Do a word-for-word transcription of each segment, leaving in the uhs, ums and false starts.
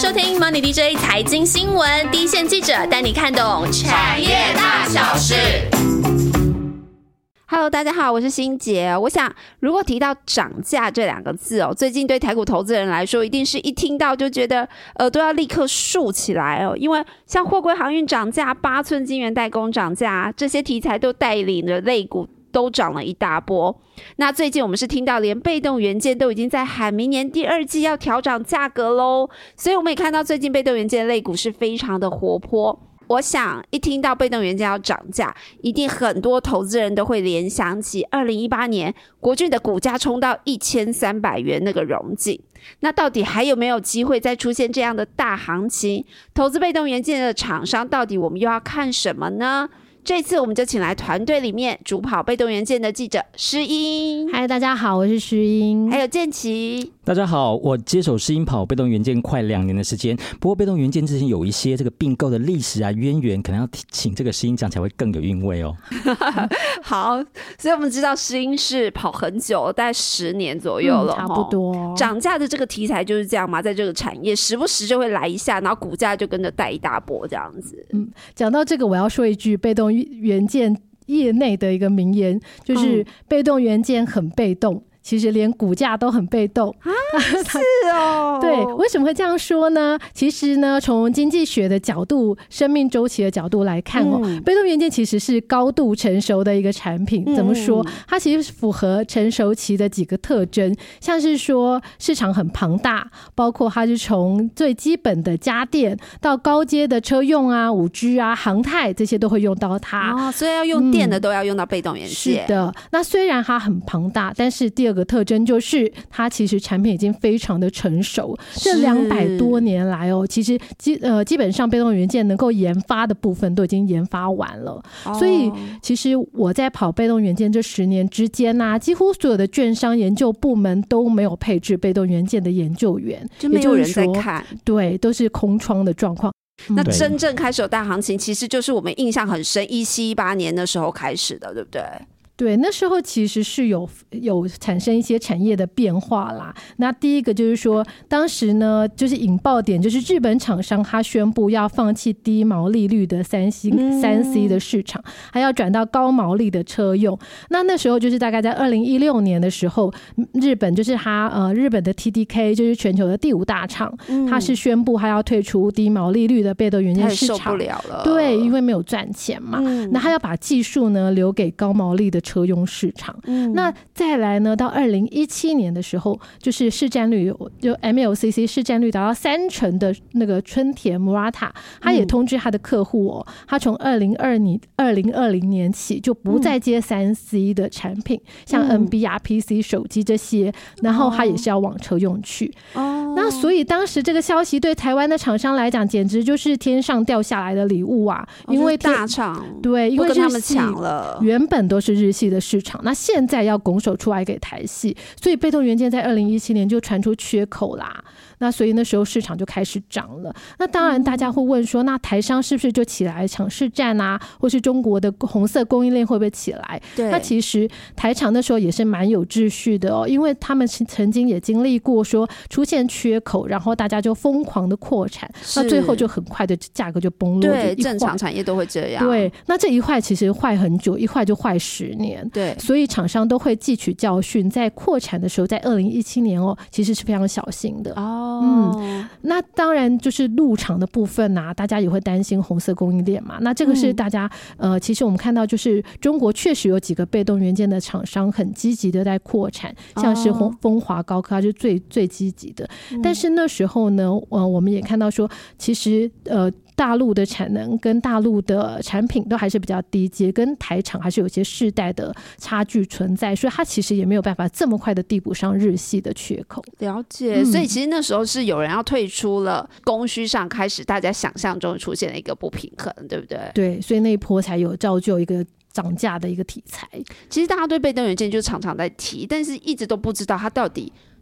收听 Money D J 财经新闻，第一线记者带你看懂产业大小事。 Hello， 大家好，我是欣杰。我想，如果提到涨价这两个字哦，最近对台股投资人来说，一定是一听到就觉得耳朵要立刻竖起来哦。因为像货柜航运涨价、八寸晶圆代工涨价，这些题材都带领着类股都涨了一大波。那最近我们是听到连被动元件都已经在喊明年第二季要调涨价格咯，所以我们也看到最近被动元件类股是非常的活泼。我想一听到被动元件要涨价，一定很多投资人都会联想起二零一八年国巨的股价冲到一千三百元那个荣景。那到底还有没有机会再出现这样的大行情？投资被动元件的厂商到底我们又要看什么呢？这次我们就请来团队里面主跑被动元件的记者诗音。 嗨，大家好，我是诗音。 还有建奇。 大家好，我接手诗音跑被动元件快两年的时间，不过被动元件之前有一些这个并购的历史啊渊源，可能要请这个诗音讲才会更有韵味哦。 好，所以我们知道诗音是跑很久，大概十年左右了、嗯、 差不多。 涨价的这个题材就是这样嘛，在这个产业时不时就会来一下，然后股价就跟着带一大波这样子。 嗯，讲到这个，我要说一句被动元件业内的一个名言，就是被动元件很被动，其实连股价都很被动啊，是哦。 对，为什么会这样说呢？其实呢，从经济学的角度、生命周期的角度来看哦，嗯、被动元件其实是高度成熟的一个产品。嗯、怎么说？它其实符合成熟期的几个特征，像是说市场很庞大，包括它是从最基本的家电到高阶的车用啊、五 G 啊、航太这些都会用到它。 哦，所以要用电的都要用到被动元件。嗯、 是的，那虽然它很庞大，但是第二个特征就是它其实产品已经非常的成熟。这两百多年来哦，其实基呃基本上被动元件能够研发的部分都已经研发完了。哦、所以其实我在跑被动元件这十年之间啊，几乎所有的券商研究部门都没有配置被动元件的研究员， 就没有人在看， 对，都是空窗的状况。 那真正开始有大行情，其实就是我们印象很深，一七一八年的时候开始的，对不对？ 对，那时候其实是有有产生一些产业的变化啦。那第一个就是说，当时呢，就是引爆点就是日本厂商他宣布要放弃低毛利率的三 C、嗯、三 C 的市场，还要转到高毛利的车用。那那时候就是大概在二零一六年的时候，日本就是他呃日本的 T D K 就是全球的第五大厂，嗯、他是宣布他要退出低毛利率的被动元件市场， 受不了了。 对，因为没有赚钱嘛。嗯、那他要把技术呢留给高毛利的车用市场。嗯、那再来呢，到二零一七年的时候，就是市占率就 M L C C 市占率达到三成的那个春田 Murata， 他也通知他的客户哦，他从二零二零年起就不再接三 C 的产品，嗯、像 N B 啊、P C 手机这些，然后他也是要往车用去。哦，那所以当时这个消息对台湾的厂商来讲，简直就是天上掉下来的礼物啊！ 哦、因为大厂对，因为日系他们抢了， 原本都是日系的市场，那现在要拱手出来给台系，所以被动元件在二零一七年就传出缺口啦。那所以那时候市场就开始涨了。那当然大家会问说，那台商是不是就起来抢市占啊？或是中国的红色供应链会不会起来？对，那其实台厂那时候也是蛮有秩序的哦，因为他们曾经也经历过说出现缺口，然后大家就疯狂的扩产，那最后就很快的价格就崩落。 对，正常产业都会这样。 对，那这一坏其实坏很久，一坏就坏十年。 对， 所以厂商都会汲取教训，在扩产的时候，在二零一七年哦，其实是非常小心的。哦。嗯，那当然就是入场的部分啊，大家也会担心红色供应链嘛。那这个是大家、嗯、呃，其实我们看到就是中国确实有几个被动元件的厂商很积极的在扩产，像是风华高科，它是最最积极的。嗯、但是那时候呢，呃，我们也看到说，其实呃。大陆的产能跟大陆的产品都还是比较低阶，跟台厂还是有些世代的差距存在，所以它其实也没有办法这么快的递补上日系的缺口。 了解，所以其实那时候是有人要退出了，供需上开始大家想象中出现了一个不平衡，对不对？ 对，所以那一波才有造就一个涨价的一个题材。 其实大家对被动元件就常常在提，但是一直都不知道它到底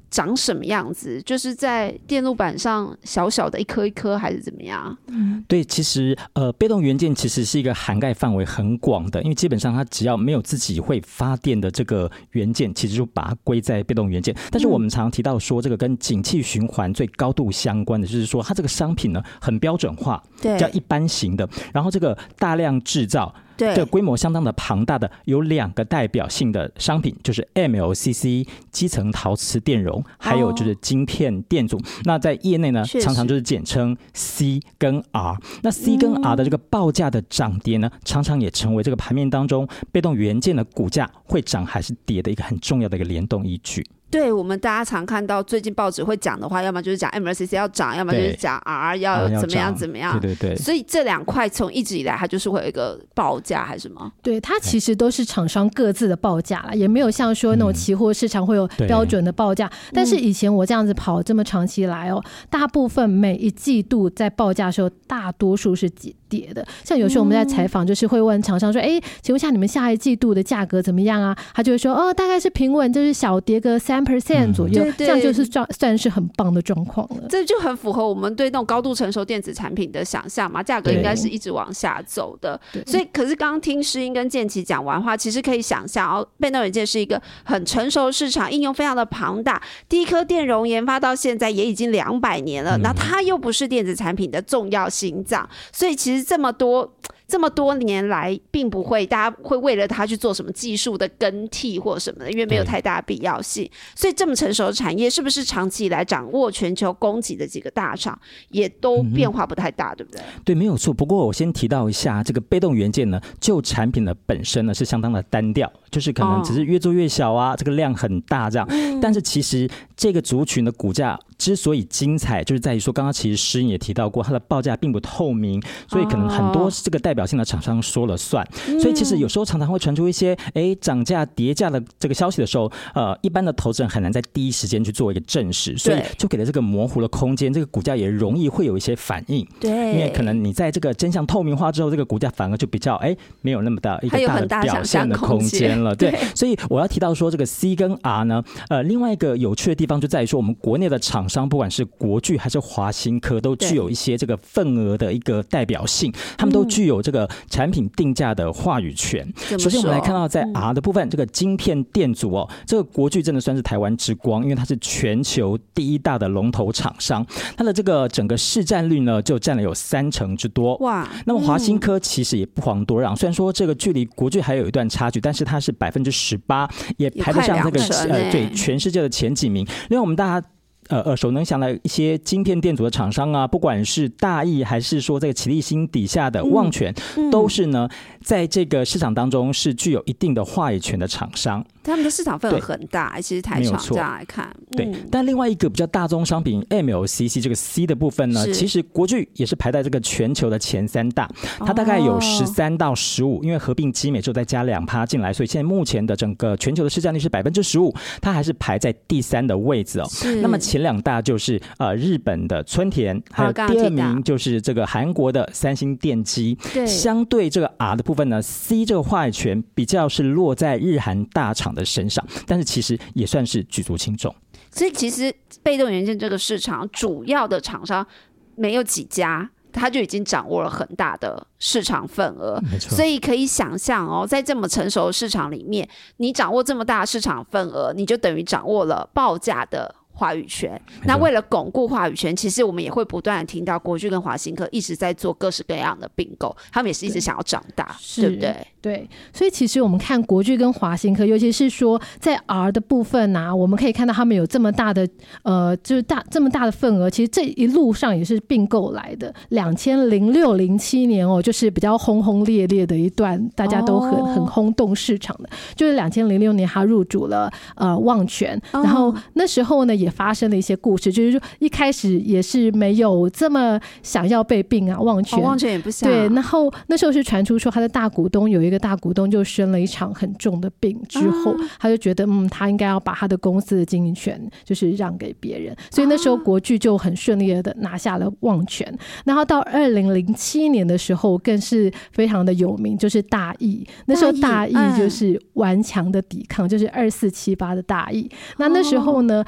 长什么样子？就是在电路板上小小的一颗一颗，还是怎么样？ 嗯，对，其实呃，被动元件其实是一个涵盖范围很广的，因为基本上它只要没有自己会发电的这个元件，其实就把它归在被动元件。但是我们常常提到说，这个跟景气循环最高度相关的，就是说它这个商品呢很标准化， 对， 叫一般型的，然后这个大量制造。 对， 这个规模相当的庞大的有两个代表性的商品，就是 M L C C 基层陶瓷电容，还有就是晶片电阻、哦、那在业内呢常常就是简称 C 跟 R。 那 C 跟 R 的这个报价的涨跌呢、嗯、常常也成为这个盘面当中被动元件的股价会涨还是跌的一个很重要的一个联动依据。 对，我们大家常看到最近报纸会讲的话，要么就是讲 M L C C 要涨，要么就是讲 R 要怎么样怎么样。 对对对。 所以这两块从一直以来它就是会有一个报价还是什么？ 对，它其实都是厂商各自的报价啦，也没有像说那种期货市场会有标准的报价、嗯。但是以前我这样子跑这么长期来哦，大部分每一季度在报价的时候，大多数是跌的。像有时候我们在采访，就是会问厂商说：“哎、嗯，请问一下你们下一季度的价格怎么样啊？”他就会说：“哦，大概是平稳，就是小跌个三 percent 左右。嗯”这样就是算是很棒的状况了。 这就很符合我们对那种高度成熟电子产品的想象嘛，价格应该是一直往下走的。所以，可是刚刚听诗音跟建奇讲完话，其实可以想象哦，被动元件是一个很成熟的市场，应用非常的庞大。第一颗电容研发到现在也已经两百年了，那、嗯、它又不是电子产品的重要心脏，所以其实这么多。这么多年来并不会大家会为了它去做什么技术的更替或什么的，因为没有太大的必要性。所以这么成熟的产业是不是长期以来掌握全球供给的几个大厂也都变化不太大、嗯、对不对？ 对，没有错。不过我先提到一下，这个被动元件呢，就产品的本身呢是相当的单调，就是可能只是越做越小啊、哦、这个量很大这样、嗯、但是其实这个族群的股价之所以精彩，就是在于说刚刚其实诗音也提到过，它的报价并不透明，所以可能很多这个代表性的厂商说了算、哦、所以其实有时候常常会传出一些哎涨价跌价的这个消息的时候，呃，一般的投资人很难在第一时间去做一个证实，所以就给了这个模糊的空间，这个股价也容易会有一些反应。 对， 因为可能你在这个真相透明化之后，这个股价反而就比较哎没有那么大一个大的表现的空间了。对，所以我要提到说这个 C 跟 R 呢，呃，另外一个有趣的地方就在于说，我们国内的厂商不管是国巨还是华新科，都具有一些这个份额的一个代表性，他们都具有这个产品定价的话语权。首先我们来看到在 R 的部分、嗯、这个晶片电阻哦，这个国巨真的算是台湾之光，因为它是全球第一大的龙头厂商，它的这个整个市占率呢就占了有三成之多。哇！那么华新科其实也不遑多让、嗯、虽然说这个距离国巨还有一段差距，但是它是百分之十八，也排不上这个呃对全世界的前几名。另外我们大家呃，耳熟能详的一些晶片电阻的厂商啊，不管是大益还是说这个奇力新底下的旺全、嗯嗯、都是呢在这个市场当中是具有一定的话语权的厂商， 他们的市场份额很大，其实台厂这样来看、嗯、 对。但另外一个比较大宗商品 M L C C 这个 C 的部分呢，其实国巨也是排在这个全球的前三大，它大概有十三到十五、哦、因为合并基美之后再加 百分之二 进来，所以现在目前的整个全球的市占率是 百分之十五， 它还是排在第三的位置哦。那么前两大就是呃日本的村田，还有第二名就是这个韩国的三星电机。相对这个 R 的部分呢， C 这个话语权比较是落在日韩大厂的身上，但是其实也算是举足轻重。 所以其实被动元件这个市场主要的厂商没有几家，他就已经掌握了很大的市场份额，所以可以想象哦，在这么成熟的市场里面，你掌握这么大的市场份额，你就等于掌握了报价的话语权。那为了巩固话语权，其实我们也会不断的听到国巨跟华新科一直在做各式各样的并购，他们也是一直想要长大， 对, 对不对？ 对，所以其实我们看国巨跟华新科，尤其是说在 R 的部分啊，我们可以看到他们有这么大的呃，就是大这么大的份额，其实这一路上也是并购来的。两千零六零七年哦，就是比较轰轰烈烈的一段，大家都很、哦、很轰动市场的，就是两千零六年他入主了呃旺全、哦，然后那时候呢也发生了一些故事，就是说一开始也是没有这么想要被并啊，旺全、 哦、旺全也不想。 对，然后那时候是传出说他的大股东有一个大股东就生了一场很重的病之后、啊、他就觉得嗯，他应该要把他的公司的经营权就是让给别人，所以那时候国巨就很顺利的拿下了旺全。然后到二零零七年的时候更是非常的有名，就是大益，那时候大益就是顽强的抵抗、嗯、就是二四七八的大益。那那时候呢呃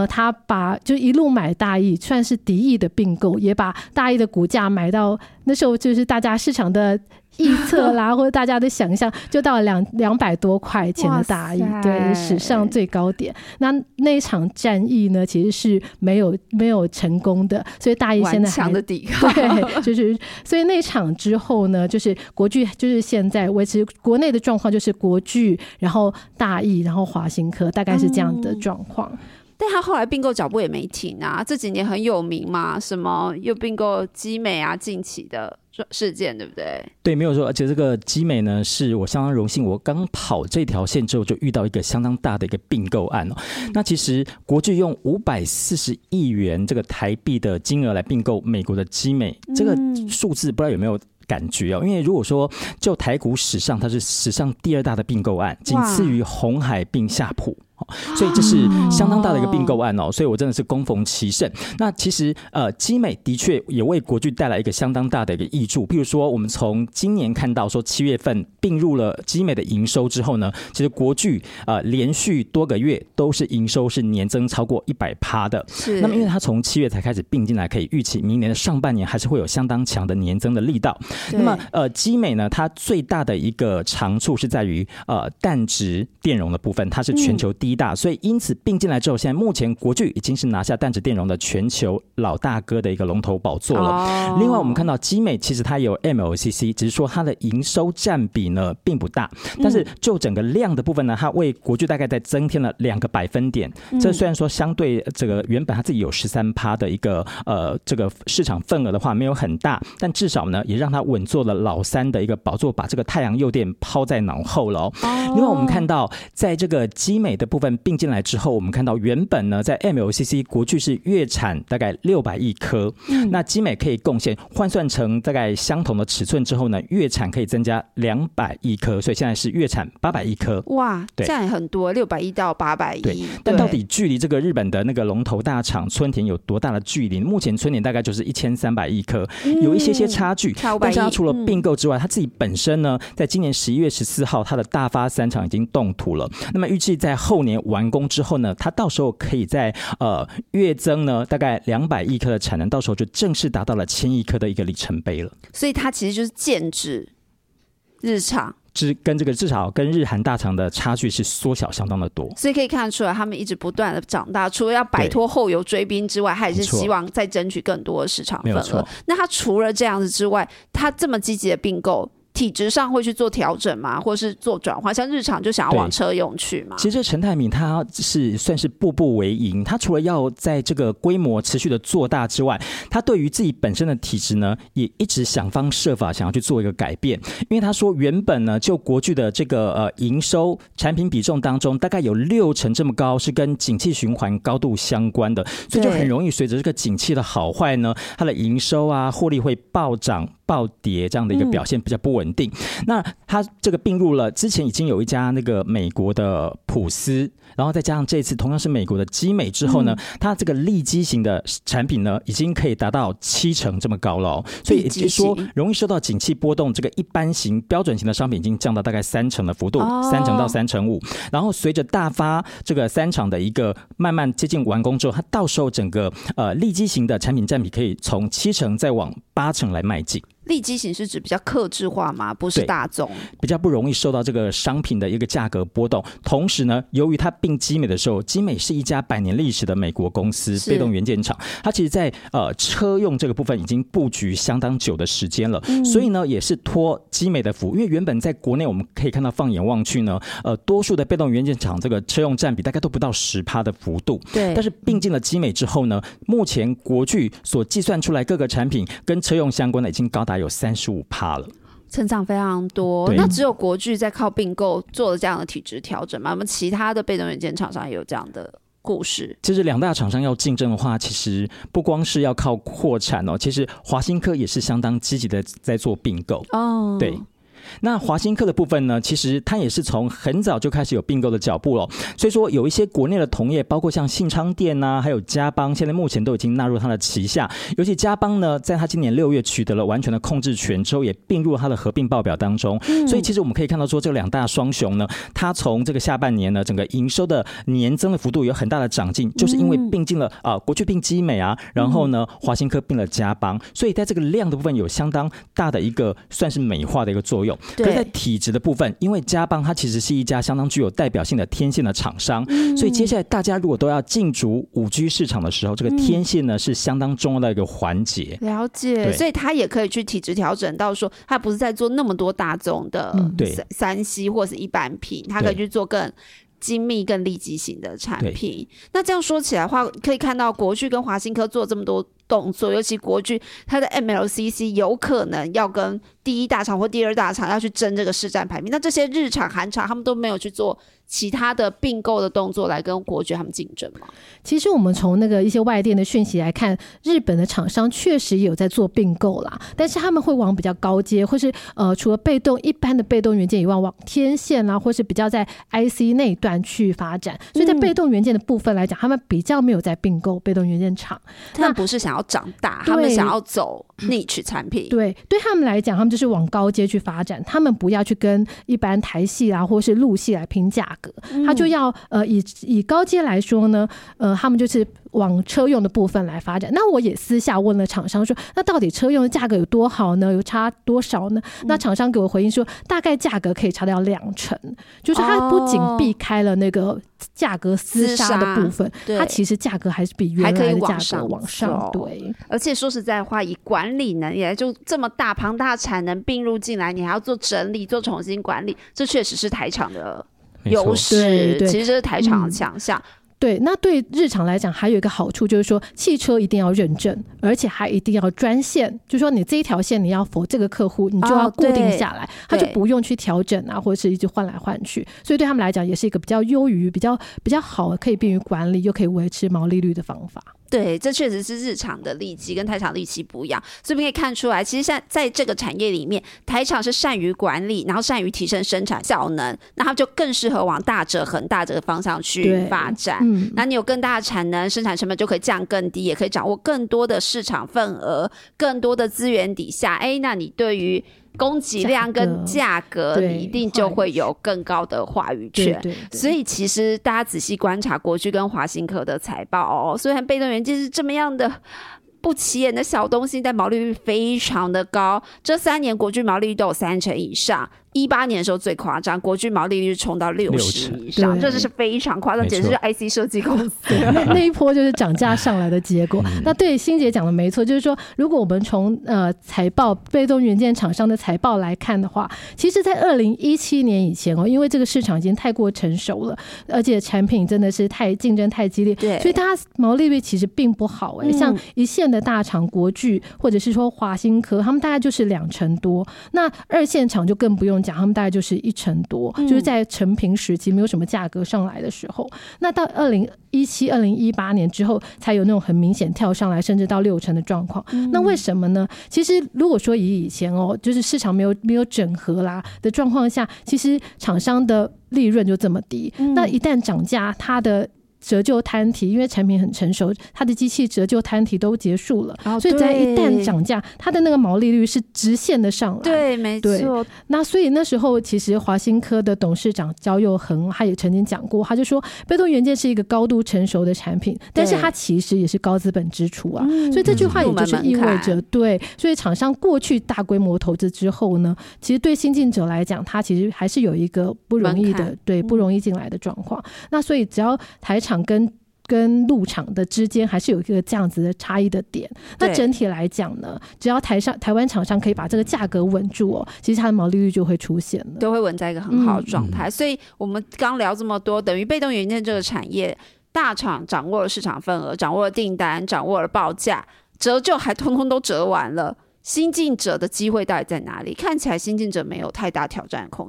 他把就一路买大益，算是敌意的并购，也把大益的股价买到那时候就是大家市场的预测啦，或者大家的想象，就到两两百多块钱的大益，对，史上最高点。那那一场战役呢，其实是没有没有成功的，所以大益现在还顽强的抵抗， 对，就是所以那场之后呢，就是国巨就是现在维持国内的状况，就是国巨，然后大益，然后华新科，大概是这样的状况。嗯， 但他后来并购脚步也没停啊，这几年很有名嘛，什么又并购基美啊，近期的事件，对不对？ 对，没有错。而且这个基美呢，是我相当荣幸，我刚跑这条线之后就遇到一个相当大的一个并购案哦。嗯、那其实国巨用五百四十亿元这个台币的金额来并购美国的基美，这个数字不知道有没有感觉哦？因为如果说就台股史上，它是史上第二大的并购案，仅次于鸿海并夏普。所以这是相当大的一个并购案哦，所以我真的是恭逢其盛。那其实呃，基美的确也为国巨带来一个相当大的一个益助。譬如说，我们从今年看到说七月份并入了基美的营收之后呢，其实国巨呃连续多个月都是营收是年增超过一百趴的。是。那么因为它从七月才开始并进来，可以预期明年的上半年还是会有相当强的年增的力道。那么呃，基美呢，它最大的一个长处是在于呃氮质电容的部分，它是全球第一。大，所以因此并进来之后，现在目前国巨已经是拿下氮质电容的全球老大哥的一个龙头宝座了。哦、另外，我们看到基美其实它也有 M L C C， 只是说它的营收占比呢并不大，但是就整个量的部分呢，它为国巨大概再增添了两个百分点。嗯、这虽然说相对这个原本它自己有 百分之十三 的一个呃这个市场份额的话没有很大，但至少呢也让它稳坐了老三的一个宝座，把这个太阳诱电抛在脑后了。哦、另外，我们看到在这个基美的部分并进来之后，我们看到原本呢在 M L C C 国巨是月产大概六百亿颗，嗯、那基美可以贡献换算成大概相同的尺寸之后呢，月产可以增加两百亿颗，所以现在是月产八百亿颗。哇， 这样也很多，六百亿到八百亿。 对，但到底距离这个日本的那个龙头大厂村田有多大的距离？目前村田大概就是一千三百亿颗，嗯、有一些些差距。但是它除了并购之外，它自己本身呢，在今年十一月十四号，它的大发三厂已经动土了。那么预计在后年完工之后呢，它到时候可以在呃月增呢大概两百亿颗的产能，到时候就正式达到了千亿颗的一个里程碑了。 所以它其实就是剑指日厂。 跟这个至少跟日韩大厂的差距是缩小相当的多， 所以可以看得出来，他们一直不断的长大，除了要摆脱后有追兵之外，他也是希望再争取更多的市场份额。那他除了这样子之外，他这么积极的并购，体质上会去做调整吗？或是做转换？像日厂就想要往车用去嘛？ 其实陈泰銘他是算是步步为营，他除了要在这个规模持续的做大之外，他对于自己本身的体质呢，也一直想方设法想要去做一个改变。因为他说，原本呢，就国巨的这个呃营收产品比重当中，大概有六成这么高是跟景气循环高度相关的，所以就很容易随着这个景气的好坏呢，它的营收啊获利会暴涨暴跌这样的一个表现比较不稳定。嗯、那它这个并入了之前已经有一家那个美国的普斯，然后再加上这次同样是美国的基美之后呢，嗯、它这个利基型的产品呢，已经可以达到七成这么高了。哦，所以也就是说，容易受到景气波动，这个一般型标准型的商品已经降到大概三成的幅度，三、哦、成到三成五。然后随着大发这个三厂的一个慢慢接近完工之后，它到时候整个呃利基型的产品占比可以从七成再往八成来迈进。 利基型是指比较客制化吗？不是大众， 比较不容易受到这个商品的一个价格波动。同时呢，由于它并基美的时候，基美是一家百年历史的美国公司，被动元件厂，它其实在呃车用这个部分已经布局相当久的时间了，嗯、所以呢，也是托基美的福。因为原本在国内我们可以看到，放眼望去呢，呃，多数的被动元件厂这个车用占比大概都不到十趴的幅度。对。但是并进了基美之后呢，目前国巨所计算出来各个产品跟车用相关的已经高达有三十五趴了， 成长非常多。那只有国巨在靠并购做了这样的体质调整吗？我们其他的被动元件厂商也有这样的故事。 其实两大厂商要竞争的话，其实不光是要靠扩产哦，其实华新科也是相当积极的在做并购哦。对。 那华新科的部分呢，其实它也是从很早就开始有并购的脚步了，所以说有一些国内的同业，包括像信昌电啊，还有嘉邦，现在目前都已经纳入它的旗下。尤其嘉邦呢，在它今年六月取得了完全的控制权之后，也并入了它的合并报表当中。嗯、所以其实我们可以看到说，这两大双雄呢，它从这个下半年呢，整个营收的年增的幅度有很大的长进，就是因为并进了啊、呃、国巨并基美啊，然后呢华新科并了嘉邦，所以在这个量的部分有相当大的一个算是美化的一个作用。可是在体质的部分，因为嘉邦它其实是一家相当具有代表性的天线的厂商，嗯、所以接下来大家如果都要进驻 五 G 市场的时候，这个天线呢、嗯、是相当重要的一个环节。 了解，所以它也可以去体质调整到说，它不是在做那么多大众的三 C 或是一般品，它可以去做更精密更立即型的产品。那这样说起来的话，可以看到国巨跟华新科做这么多动作，尤其国巨它的 M L C C 有可能要跟第一大厂或第二大厂要去争这个市占排名，那这些日厂韩厂他们都没有去做其他的并购的动作来跟国巨他们竞争吗？ 其实我们从那个一些外电的讯息来看，日本的厂商确实也有在做并购啦，但是他们会往比较高阶，或是呃除了被动一般的被动元件以外，往天线啦，或是比较在 I C 那一段去发展。所以在被动元件的部分来讲，他们比较没有在并购被动元件厂， 他们不是想要长大，他们想要走 niche 产品。 对，对他们来讲，他们就是往高阶去发展，他们不要去跟一般台系啦或是陆系来拼价格，他就要呃以以高阶来说呢，呃他们就是往车用的部分来发展。那我也私下问了厂商说，那到底车用的价格有多好呢？有差多少呢？嗯、那厂商给我回应说，大概价格可以差到两成，就是它不仅避开了那个价格厮杀的部分，它其实价格还是比原来的价格往上。对， 而且说实在话，以管理能力就这么大庞大产能并入进来，你还要做整理、做重新管理，这确实是台厂的优势，其实这是台厂的强项。嗯对，那对日厂来讲还有一个好处就是说，汽车一定要认证，而且还一定要专线，就是说你这一条线你要否这个客户，你就要固定下来，他、哦、就不用去调整啊，或者是一直换来换去，所以对他们来讲也是一个比较优于、比较比较好，可以便于管理又可以维持毛利率的方法。 对，这确实是日厂的利基跟台厂利基不一样，所以我们可以看出来，其实在在这个产业里面，台厂是善于管理，然后善于提升生产效能，那它就更适合往大折恒大这个方向去发展。嗯，那你有更大的产能，生产成本就可以降更低，也可以掌握更多的市场份额，更多的资源底下，哎，那你对于供给量跟价格，你一定就会有更高的话语权。对对对，所以其实大家仔细观察国巨跟华新科的财报哦，虽然被动元件是这么样的不起眼的小东西，但毛利率非常的高。这三年国巨毛利率都有三成以上，一八年的时候最夸张，国巨毛利率冲到六十以上，这就是非常夸张，简直是 I C 设计公司。 那, 那一波就是涨价上来的结果。那对欣姐讲的没错，就是说，如果我们从呃财报被动元件厂商的财报来看的话，其实，在二零一七年以前哦，因为这个市场已经太过成熟了，而且产品真的是太竞争太激烈，所以它毛利率其实并不好哎、欸嗯。像一线的大厂国巨或者是说华新科，他们大概就是两成多，那二线厂就更不用讲，他们大概就是一成多，嗯、就是在成平时期没有什么价格上来的时候，那到二零一七、二零一八年之后，才有那种很明显跳上来，甚至到六成的状况。嗯、那为什么呢？其实如果说以以前哦，就是市场没有没有整合啦的状况下，其实厂商的利润就这么低。嗯、那一旦涨价，它的折旧摊提，因为产品很成熟，它的机器折旧摊提都结束了，哦、所以在一旦涨价，它的那个毛利率是直线的上来。 对，没错。 那所以那时候其实华新科的董事长焦佑恒他也曾经讲过，他就说被动元件是一个高度成熟的产品，但是它其实也是高资本支出啊。嗯、所以这句话也就是意味着，对，所以厂商过去大规模投资之后呢，其实对新进者来讲，他其实还是有一个不容易的，对，不容易进来的状况。嗯、那所以只要台厂跟跟陆厂的之间还是有一个这样子的差异的点。那整体来讲呢，只要台上台湾厂商可以把这个价格稳住哦，其实它的毛利率就会出现了， 都会稳在一个很好的状态。嗯、所以我们刚聊这么多，等于被动元件这个产业，大厂掌握了市场份额，掌握了订单，掌握了报价，折旧还通通都折完了。新进者的机会到底在哪里？看起来新进者没有太大挑战的空间。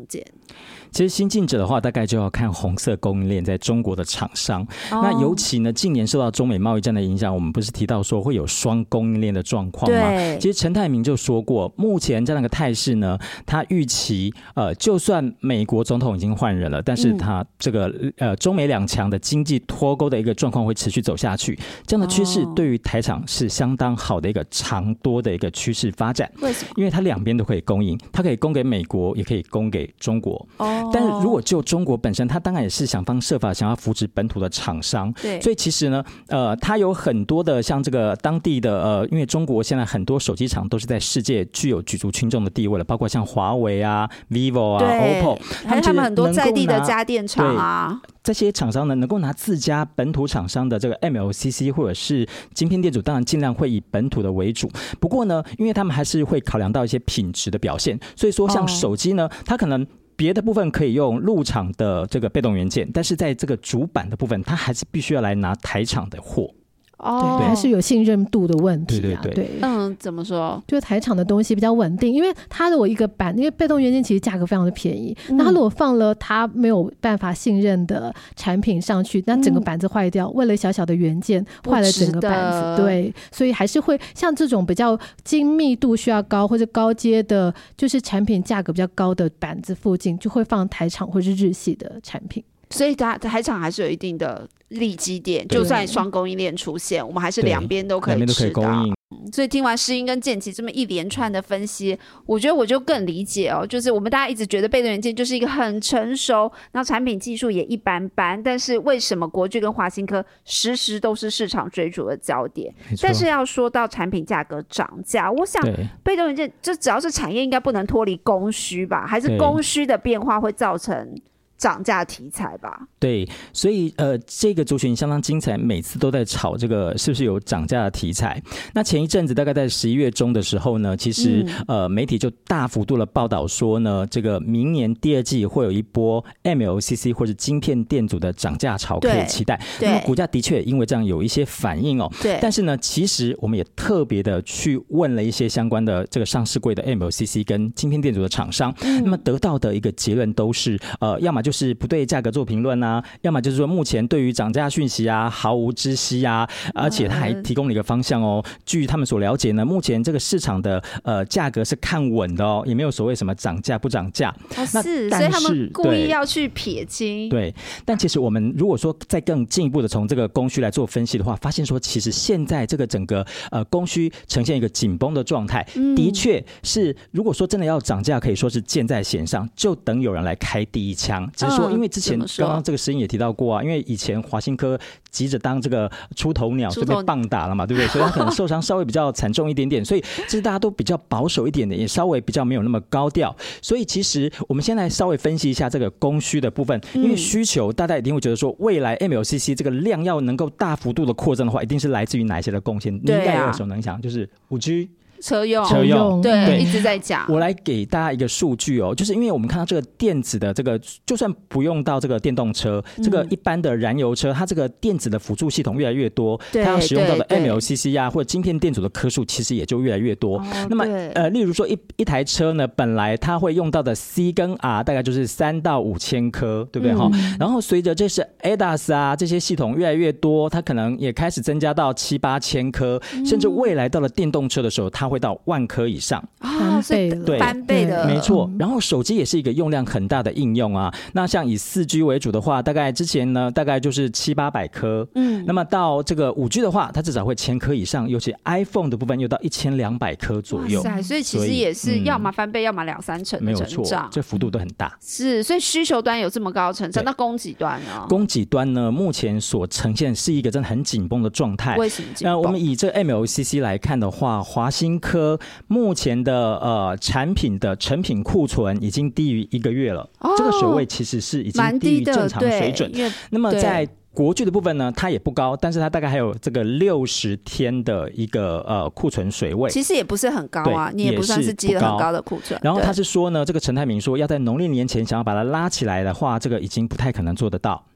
其实新进者的话，大概就要看红色供应链在中国的厂商。哦、那尤其呢，近年受到中美贸易战的影响，我们不是提到说会有双供应链的状况吗？其实陈泰明就说过，目前这样的态势呢，他预期呃，就算美国总统已经换人了，但是他这个呃中美两强的经济脱钩的一个状况会持续走下去。这样的趋势对于台厂是相当好的一个长多的一个趋势发展。 为什么？ 因为它两边都可以供应，它可以供给美国，也可以供给中国。哦。但是如果就中国本身，它当然也是想方设法想要扶持本土的厂商， 对， 所以其实呢，呃，它有很多的像这个当地的呃，因为中国现在很多手机厂都是在世界具有举足轻重的地位了，包括像华为啊、vivo 啊、O P P O， 还有他们很多在地的家电厂啊。 这些厂商呢，能够拿自家本土厂商的这个 M L C C 或者是晶片店主，当然尽量会以本土的为主。不过呢，因为他们还是会考量到一些品质的表现，所以说像手机呢，它可能别的部分可以用陆厂的这个被动元件，但是在这个主板的部分，它还是必须要来拿台厂的货。 哦，对，还是有信任度的问题啊。 对对 对, 对， 嗯，怎么说？ 就是台厂的东西比较稳定，因为它如果一个板，因为被动元件其实价格非常的便宜，嗯、那它如果放了它没有办法信任的产品上去，那整个板子坏掉，嗯、为了小小的元件坏了整个板子，对，所以还是会像这种比较精密度需要高或者高阶的，就是产品价格比较高的板子附近，就会放台厂或是日系的产品。 所以台厂还是有一定的利基点，就算双供应链出现，我们还是两边都可以吃到。所以听完诗音跟建奇这么一连串的分析，我觉得我就更理解哦，就是我们大家一直觉得被动元件就是一个很成熟，然后产品技术也一般般，但是为什么国巨跟华新科时时都是市场追逐的焦点？但是要说到产品价格涨价，我想被动元件就只要是产业应该不能脱离供需吧，还是供需的变化会造成涨价题材吧？ 对，所以呃，这个族群相当精彩，每次都在炒这个是不是有涨价的题材。那前一阵子大概在十一月中的时候呢，其实、嗯、呃媒体就大幅度的报道说呢，这个明年第二季会有一波 M L C C 或者晶片电阻的涨价潮可以期待。那么股价的确因为这样有一些反应哦。 对。 但是呢，其实我们也特别的去问了一些相关的这个上市柜的 M L C C 跟晶片电阻的厂商，嗯、那么得到的一个结论都是呃，要么就就是不对价格做评论啊，要么就是说目前对于涨价讯息啊毫无知悉啊，而且他还提供了一个方向哦。据他们所了解呢，目前这个市场的呃价格是看稳的哦，也没有所谓什么涨价不涨价。 哦，是，所以他们故意要去撇清。 对，但其实我们如果说再更进一步的从这个供需来做分析的话，发现说其实现在这个整个呃供需呈现一个紧绷的状态，嗯、的确是如果说真的要涨价，可以说是箭在弦上，就等有人来开第一枪。只是说，因为之前刚刚这个诗音也提到过啊，因为以前华新科急着当这个出头鸟就被棒打了嘛，对不对？所以他可能受伤稍微比较惨重一点点，所以其实大家都比较保守一点点，也稍微比较没有那么高调。所以其实我们先来稍微分析一下这个供需的部分，因为需求大家一定会觉得说，未来 M L C C 这个量要能够大幅度的扩增的话，一定是来自于哪一些的贡献？你应该也耳熟能详，就是 五 G。 车用， 车用， 对，对，一直在讲。 我来给大家一个数据哦，就是因为我们看到这个电子的这个，就算不用到这个电动车，嗯、这个一般的燃油车，它这个电子的辅助系统越来越多，它要使用到的 M L C C 啊或者晶片电阻的颗数，其实也就越来越多。哦、那么呃，例如说一一台车呢，本来它会用到的 C 跟 R 大概就是三到五千颗，对不对哈？嗯、然后随着这是 A D A S 啊这些系统越来越多，它可能也开始增加到七八千颗，嗯、甚至未来到了电动车的时候，它会到万颗以上啊，是翻倍的， 没错。然后手机也是一个用量很大的应用啊。那像以四 G 为主的话，大概之前呢，大概就是七八百颗，嗯，那么到这个五 G 的话，它至少会千颗以上，尤其 iPhone 的部分又到一千两百颗左右。 哇塞，所以其实也是要么翻倍，嗯、要么两三成的成长， 这幅度都很大。 是，所以需求端有这么高的成长，那供给端呢？ 供给端呢，目前所呈现是一个真的很紧绷的状态。 为什么紧绷？ 那我们以这 M L C C 来看的话，华新科目前的呃产品的成品库存已经低于一个月了，哦、这个水位其实是已经低于正常水准。那么在国巨的部分呢，它也不高，但是它大概还有这个六十天的一个呃库存水位， 其实也不是很高啊，你也不算是积了很高的库存。 然后他是说呢，这个陈泰明说要在农历年前想要把它拉起来的话，这个已经不太可能做得到。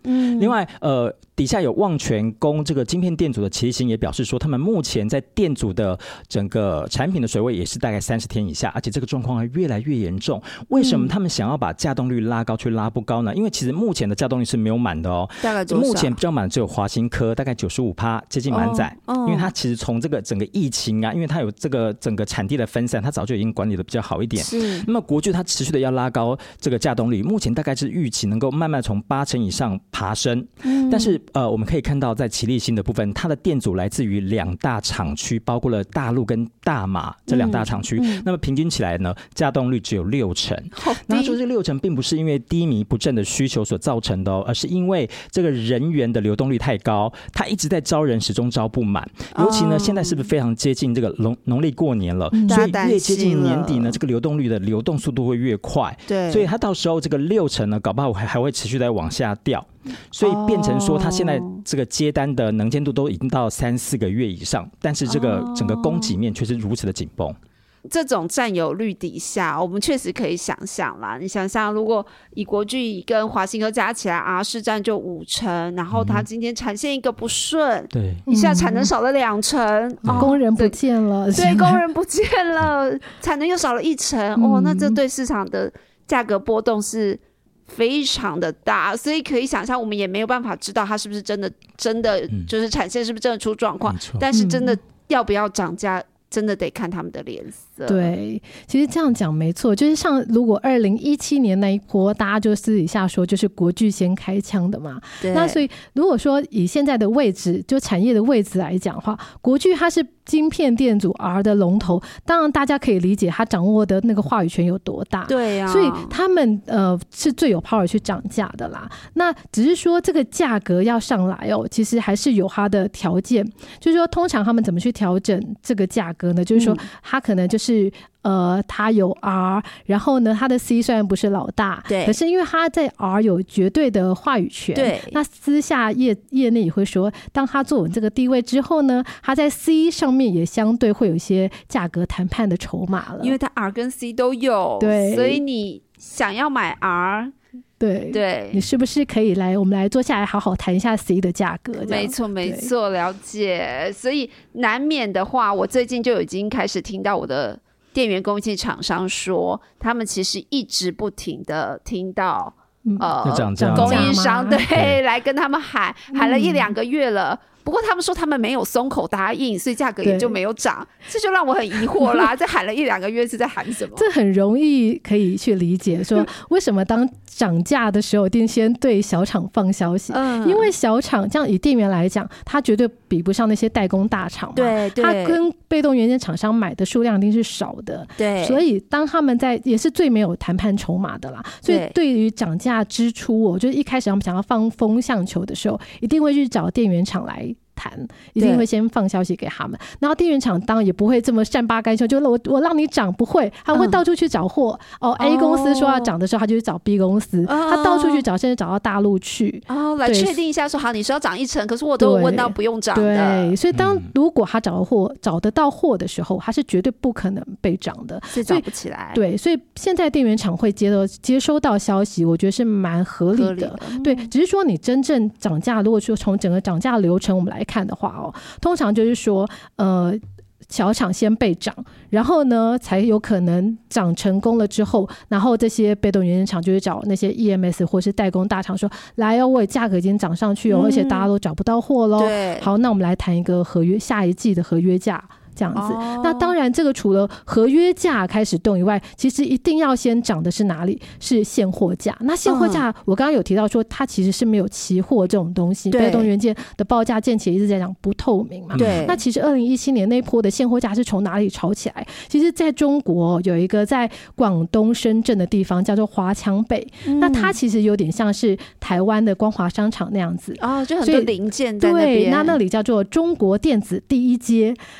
嗯，另外呃底下有旺泉供这个晶片电阻的奇力新也表示说，他们目前在电阻的整个产品的水位也是大概三十天以下，而且这个状况还越来越严重。为什么他们想要把稼动率拉高，却拉不高呢？因为其实目前的稼动率是没有满的哦， 大概多少？ 目前比较满只有华新科，大概九十五趴，接近满载。哦哦、因为它其实从这个整个疫情啊，因为它有这个整个产地的分散，它早就已经管理的比较好一点。 是。 那么国巨它持续的要拉高这个稼动率，目前大概是预期能够慢慢从八成以上爬升。嗯、但是呃，我们可以看到在奇力新的部分，它的电阻来自于两大厂区，包括了大陆跟大马这两大厂区。嗯嗯、那么平均起来呢，稼动率只有六成。那他说这六成并不是因为低迷不振的需求所造成的、哦，而是因为这个人员的流动率太高，他一直在招人，始终招不满。尤其呢，现在是不是非常接近这个农农历过年了、嗯？所以越接近年底呢，这个流动率的流动速度会越快。 对， 所以他到时候这个六成呢，搞不好还还会持续在往下掉。所以变成说，他现在这个接单的能见度都已经到三四个月以上，但是这个整个供给面却是如此的紧绷。 这种占有率底下，我们确实可以想象啦。你想象，如果以国巨跟华新科加起来 R 市占就五成，然后他今天产线一个不顺， 对、 嗯，一下产能少了两成、 哦，工人不见了， 对，工人不见了，产能又少了一成，哦，那这对市场的价格波动是非常的大，所以可以想象，我们也没有办法知道它是不是真的真的就是产线是不是真的出状况、嗯，但是真的要不要涨价？真的得看他们的脸色。 对，其实这样讲没错，就是像如果二零一七年那一波，大家就私底下说就是国巨先开枪的嘛。那所以如果说以现在的位置，就产业的位置来讲的话，国巨它是晶片电阻 R 的龙头，当然大家可以理解他掌握的那个话语权有多大。 对啊， 所以他们呃是最有 power 去涨价的啦。那只是说这个价格要上来哦，其实还是有它的条件，就是说通常他们怎么去调整这个价格呢？就是说他可能就是呃，他有 R， 然后呢，他的 C 虽然不是老大， 对， 可是因为他在 R 有绝对的话语权， 对， 那私下业业内也会说，当他坐稳这个地位之后呢，他在 C 上面也相对会有一些价格谈判的筹码了， 因为他 R 跟 C 都有， 对， 所以你想要买 R。 对对， 你是不是可以来我们来坐下来好好谈一下 C 的价格？ 没错没错，了解。所以难免的话，我最近就已经开始听到我的电源供应器厂商说，他们其实一直不停的听到、 嗯、 呃供应商 对, 对来跟他们喊喊了一两个月了。不过他们说他们没有松口答应，所以价格也就没有涨，这就让我很疑惑啦。这喊了一两个月是在喊什么？ 这很容易可以去理解，说为什么当涨价的时候一定先对小厂放消息、嗯、因为小厂这样以电源来讲，它绝对比不上那些代工大厂嘛， 对对， 它跟被动元件厂商买的数量一定是少的， 对， 所以当他们在也是最没有谈判筹码的啦，所以对于涨价支出，我就一开始他们想要放风向球的时候，一定会去找电源厂来谈，一定会先放消息给他们，然后电源厂当然也不会这么善罢甘休，就我我让你涨，不会，他会到处去找货、嗯、哦 A 公司说要涨的时候，他就去找 B 公司、哦、他到处去找，甚至找到大陆去哦，来确定一下说好你说要涨一成，可是我都有问到不用涨的， 对，所以当如果他找到货找得到货的时候，他是绝对不可能被涨的， 所以涨不起来， 对，所以现在电源厂会接到接收到消息，我觉得是蛮合理的, 合理的、嗯、对，只是说你真正涨价，如果说从整个涨价流程我们来看的话哦，通常就是说呃小厂先被涨，然后呢才有可能涨成功了之后，然后这些被动元件厂就会找那些 E M S 或是代工大厂说，来哦，我价格已经涨上去哦、嗯、而且大家都找不到货咯，好，那我们来谈一个合约，下一季的合约价这样子、哦、那当然这个除了合约价开始动以外，其实一定要先涨的是哪里？是现货价。那现货价、嗯、我刚刚有提到说它其实是没有期货这种东西，被动元件的报价见起来一直在讲不透明嘛。 对。 那其实二零一七年那波的现货价是从哪里炒起来？其实在中国有一个在广东深圳的地方叫做华强北、嗯、那它其实有点像是台湾的光华商场那样子哦，就很多零件在那边。 对，那那里叫做中国电子第一街。那那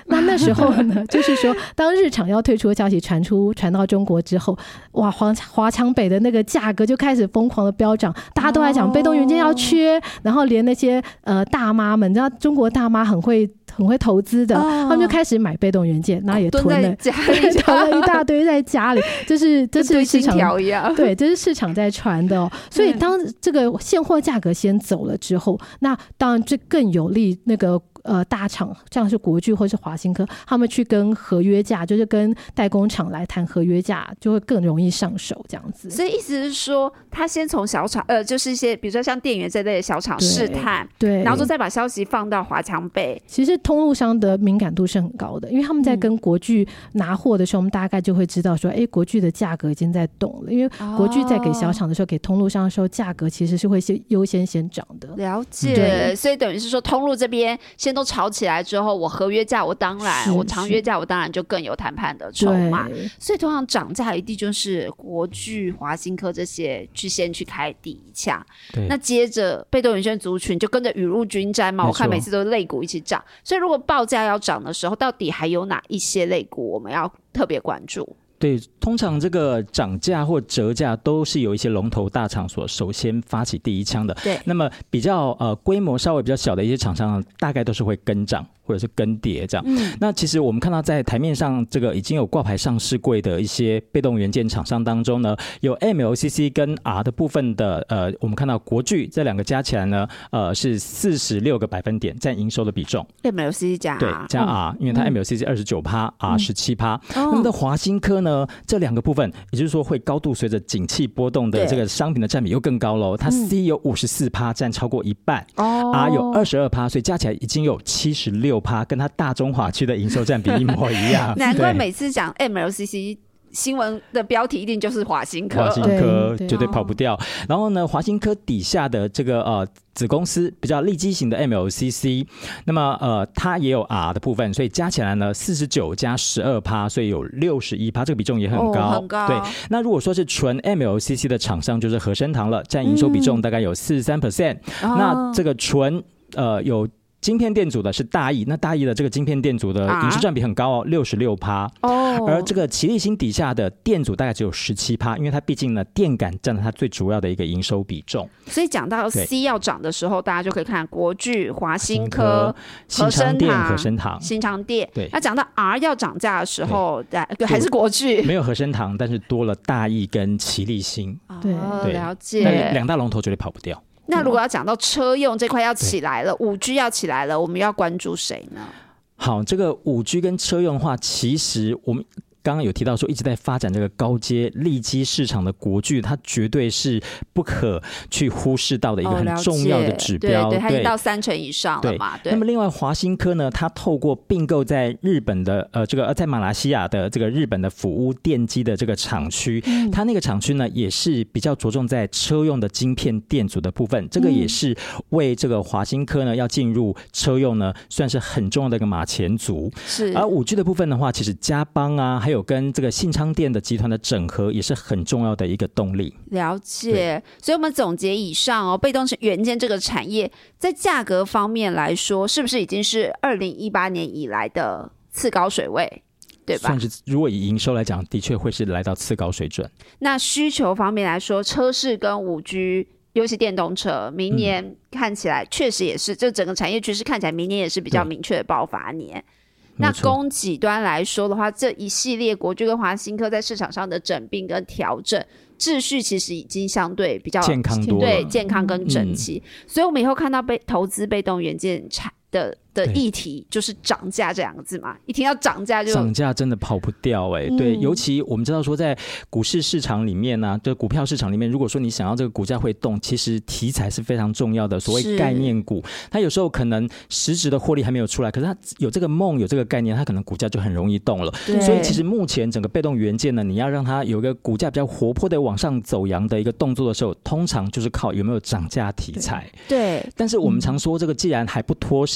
时候呢，就是说当日厂要退出的消息传出传到中国之后，哇，华华强北的那个价格就开始疯狂的飙涨，大家都在讲被动元件要缺，哦、然后连那些呃大妈们，你知道中国大妈很会很会投资的，哦、他们就开始买被动元件，然后也囤了，囤了一大堆在家里，就是这是市场对，这是市场在传的、哦。所以当这个现货价格先走了之后，那当然这更有利那个。呃，大厂像是国巨或是华新科，他们去跟合约价，就是跟代工厂来谈合约价，就会更容易上手这样子。 所以意思是说，他先从小厂，呃，就是一些比如说像电源这类的小厂试探， 对， 然后就再把消息放到华强北。 其实通路商的敏感度是很高的，因为他们在跟国巨拿货的时候，我们大概就会知道说，哎，国巨的价格已经在动了，因为国巨在给小厂的时候，给通路商的时候，价格其实是会先优先先涨的。 了解，所以等于是说，通路这边先都炒起来之后，我合约价我当然，我长约价我当然就更有谈判的筹码。所以通常涨价一定就是国巨、华新科这些去先去开第一枪，那接着被动元件族群就跟着雨露均沾嘛。我看每次都是类股一起涨，所以如果报价要涨的时候，到底还有哪一些类股我们要特别关注？ 对，通常这个涨价或折价都是有一些龙头大厂所首先发起第一枪的。 对， 那么比较呃规模稍微比较小的一些厂商，大概都是会跟涨或者是跟跌这样。嗯，那其实我们看到在台面上这个已经有挂牌上市柜的一些被动元件厂商当中呢，有 M L C C 跟 R 的部分的呃，我们看到国巨这两个加起来呢，呃是四十六个百分点占营收的比重。 M L C C 加 R 对加 R，、嗯、因为它 M L C C 二十九趴 ，R 十七趴。那么的华新科呢？这两个部分，也就是说会高度随着景气波动的这个商品的占比又更高喽。它 C 有五十四趴，占超过一半、嗯、，R 有二十二趴，所以加起来已经有七十六趴，跟它大中华区的营收占比一模一样。 难怪每次讲 M L C C。新闻的标题一定就是华新科， 华新科绝对跑不掉。然后呢，华新科底下的这个呃子公司比较利基型的 M L C C， 那么呃它也有 R 的部分，所以加起来呢四十九加十二趴，所以有六十一趴，这个比重也很高。 哦、很高。 对，那如果说是纯 M L C C 的厂商，就是和生堂了，占营收比重大概有四十三 percent。那这个纯呃有。晶片电阻的是大益，那大益的这个晶片电阻的营收占比很高哦，六十六趴。哦，而这个奇力新底下的电阻大概只有十七趴，因为它毕竟呢电感占了它最主要的一个营收比重。 所以讲到 C 要涨的时候，大家就可以看国巨、华新科、和生堂、 和生堂、 新昌电。 对， 那讲到 R 要涨价的时候，还是国巨， 没有和生堂，但是多了大益跟奇力新。 对，了解。 但两大龙头绝对跑不掉。 那如果要讲到车用这块要起来了，五 G 要起来了，我们要关注谁呢？ 好，这个五 G 跟车用的话，其实我们刚刚有提到说一直在发展这个高阶利基市场的国巨，它绝对是不可去忽视到的一个很重要的指标。 哦、对对，它已经到三成以上了嘛。对。 那么另外华新科呢，它透过并购在日本的呃这个在马来西亚的这个日本的辅屋电机的这个厂区、嗯，它那个厂区呢也是比较着重在车用的晶片电阻的部分，这个也是为这个华新科呢要进入车用呢算是很重要的一个马前卒。 是。 而五 G 的部分的话，其实嘉邦啊还有有跟这个信昌电的集团的整合也是很重要的一个动力。 了解，所以我们总结以上哦，被动元件这个产业在价格方面来说，是不是已经是二零一八年以来的次高水位？对吧？ 算是，如果以营收来讲，的确会是来到次高水准。 那需求方面来说，车市跟 五 G， 尤其电动车，明年看起来确实也是，这、嗯、整个产业趋势看起来明年也是比较明确的爆发年。那供给端来说的话，这一系列国巨跟华新科在市场上的整并跟调整秩序，其实已经相对比较健康多了， 对健康跟整齐、嗯。所以我们以后看到被投资被动元件产的的议题就是涨价这两个字嘛，一听到涨价就涨价真的跑不掉哎、欸嗯。对，尤其我们知道说在股市市场里面呢、啊，就股票市场里面，如果说你想要这个股价会动，其实题材是非常重要的。所谓概念股，它有时候可能实质的获利还没有出来，可是它有这个梦有这个概念，它可能股价就很容易动了。所以其实目前整个被动元件呢，你要让它有一个股价比较活泼的往上走扬的一个动作的时候，通常就是靠有没有涨价题材。 对， 但是我们常说这个既然还不脱是景气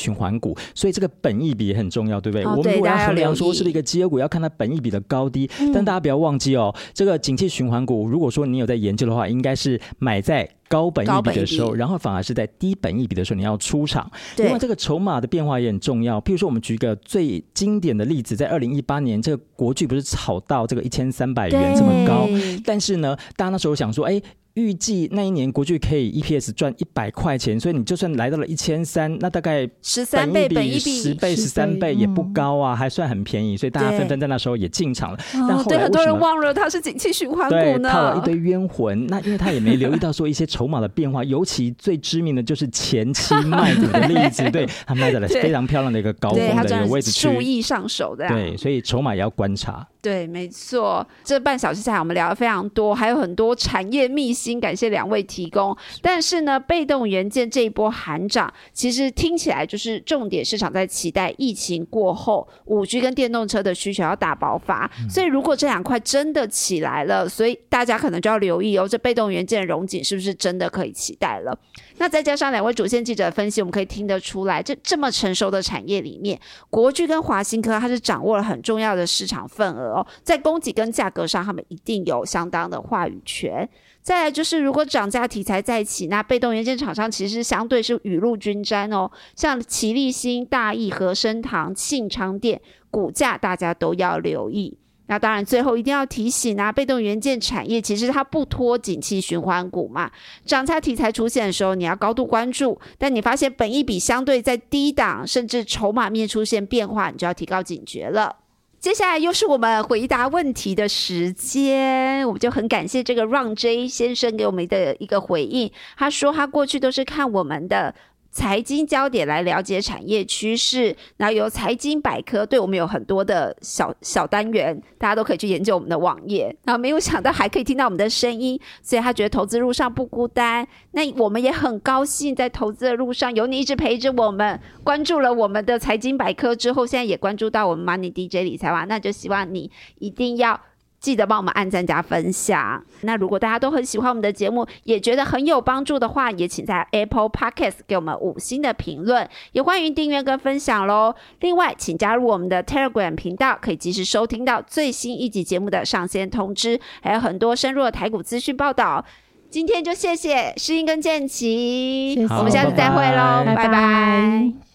循环股，所以这个本益比也很重要，对不对？ 哦、 我们如果要衡量说是一个绩优股，要看它本益比的高低、嗯、但大家不要忘记哦，这个景气循环股如果说你有在研究的话，应该是买在高本益比的时候，然后反而是在低本益比的时候你要出场。另外这个筹码的变化也很重要，譬如说我们举一个最经典的例子，在二零一八年这个国巨不是炒到这个一千三百元这么高，但是呢大家那时候想说哎，预计那一年国巨可以 E P S 赚一百块钱，所以你就算来到了一千三百，那大概十三倍本益比十倍十三倍也不高啊、嗯、还算很便宜，所以大家纷纷在那时候也进场了。但后来对，很多人忘了它是景气循环股呢， 对，套了一堆冤魂。那因为他也没留意到说一些筹码的变化，尤其最知名的就是前期卖股的例子，对，他卖在了非常漂亮的一个高峰的一个位置区， 数亿上手的， 对，所以筹码也要观察。 对，没错，这半小时下来我们聊得非常多，还有很多产业秘辛，感谢两位提供。但是呢，被动元件这一波喊涨，其实听起来就是重点市场在期待疫情过后 五 G 跟电动车的需求要大爆发、嗯、所以如果这两块真的起来了，所以大家可能就要留意哦，这被动元件的荣景是不是真的可以期待了。那再加上两位主线记者的分析，我们可以听得出来，这这么成熟的产业里面，国巨跟华新科它是掌握了很重要的市场份额哦，在供给跟价格上他们一定有相当的话语权。再来就是如果涨价题材再起，那被动元件厂商其实相对是雨露均沾哦，像奇力新、大益、和生堂、信昌电股价大家都要留意。那当然最后一定要提醒啊，被动元件产业其实它不脱景气循环股嘛，涨价题材出现的时候你要高度关注，但你发现本益比相对在低档，甚至筹码面出现变化，你就要提高警觉了。接下来又是我们回答问题的时间，我们就很感谢这个 Ron J 先生给我们的一个回应，他说他过去都是看我们的财经焦点来了解产业趋势，然后由财经百科，对，我们有很多的小小单元，大家都可以去研究我们的网页，然后没有想到还可以听到我们的声音，所以他觉得投资路上不孤单。那我们也很高兴在投资的路上有你一直陪着我们，关注了我们的财经百科之后，现在也关注到我们 Money D J 理财网，那就希望你一定要记得帮我们按赞加分享。那如果大家都很喜欢我们的节目，也觉得很有帮助的话，也请在 Apple Podcast 给我们五星的评论，也欢迎订阅跟分享咯。另外请加入我们的 Telegram 频道，可以及时收听到最新一集节目的上线通知，还有很多深入的台股资讯报道。今天就谢谢诗音跟建奇，我们下次再会咯，拜拜。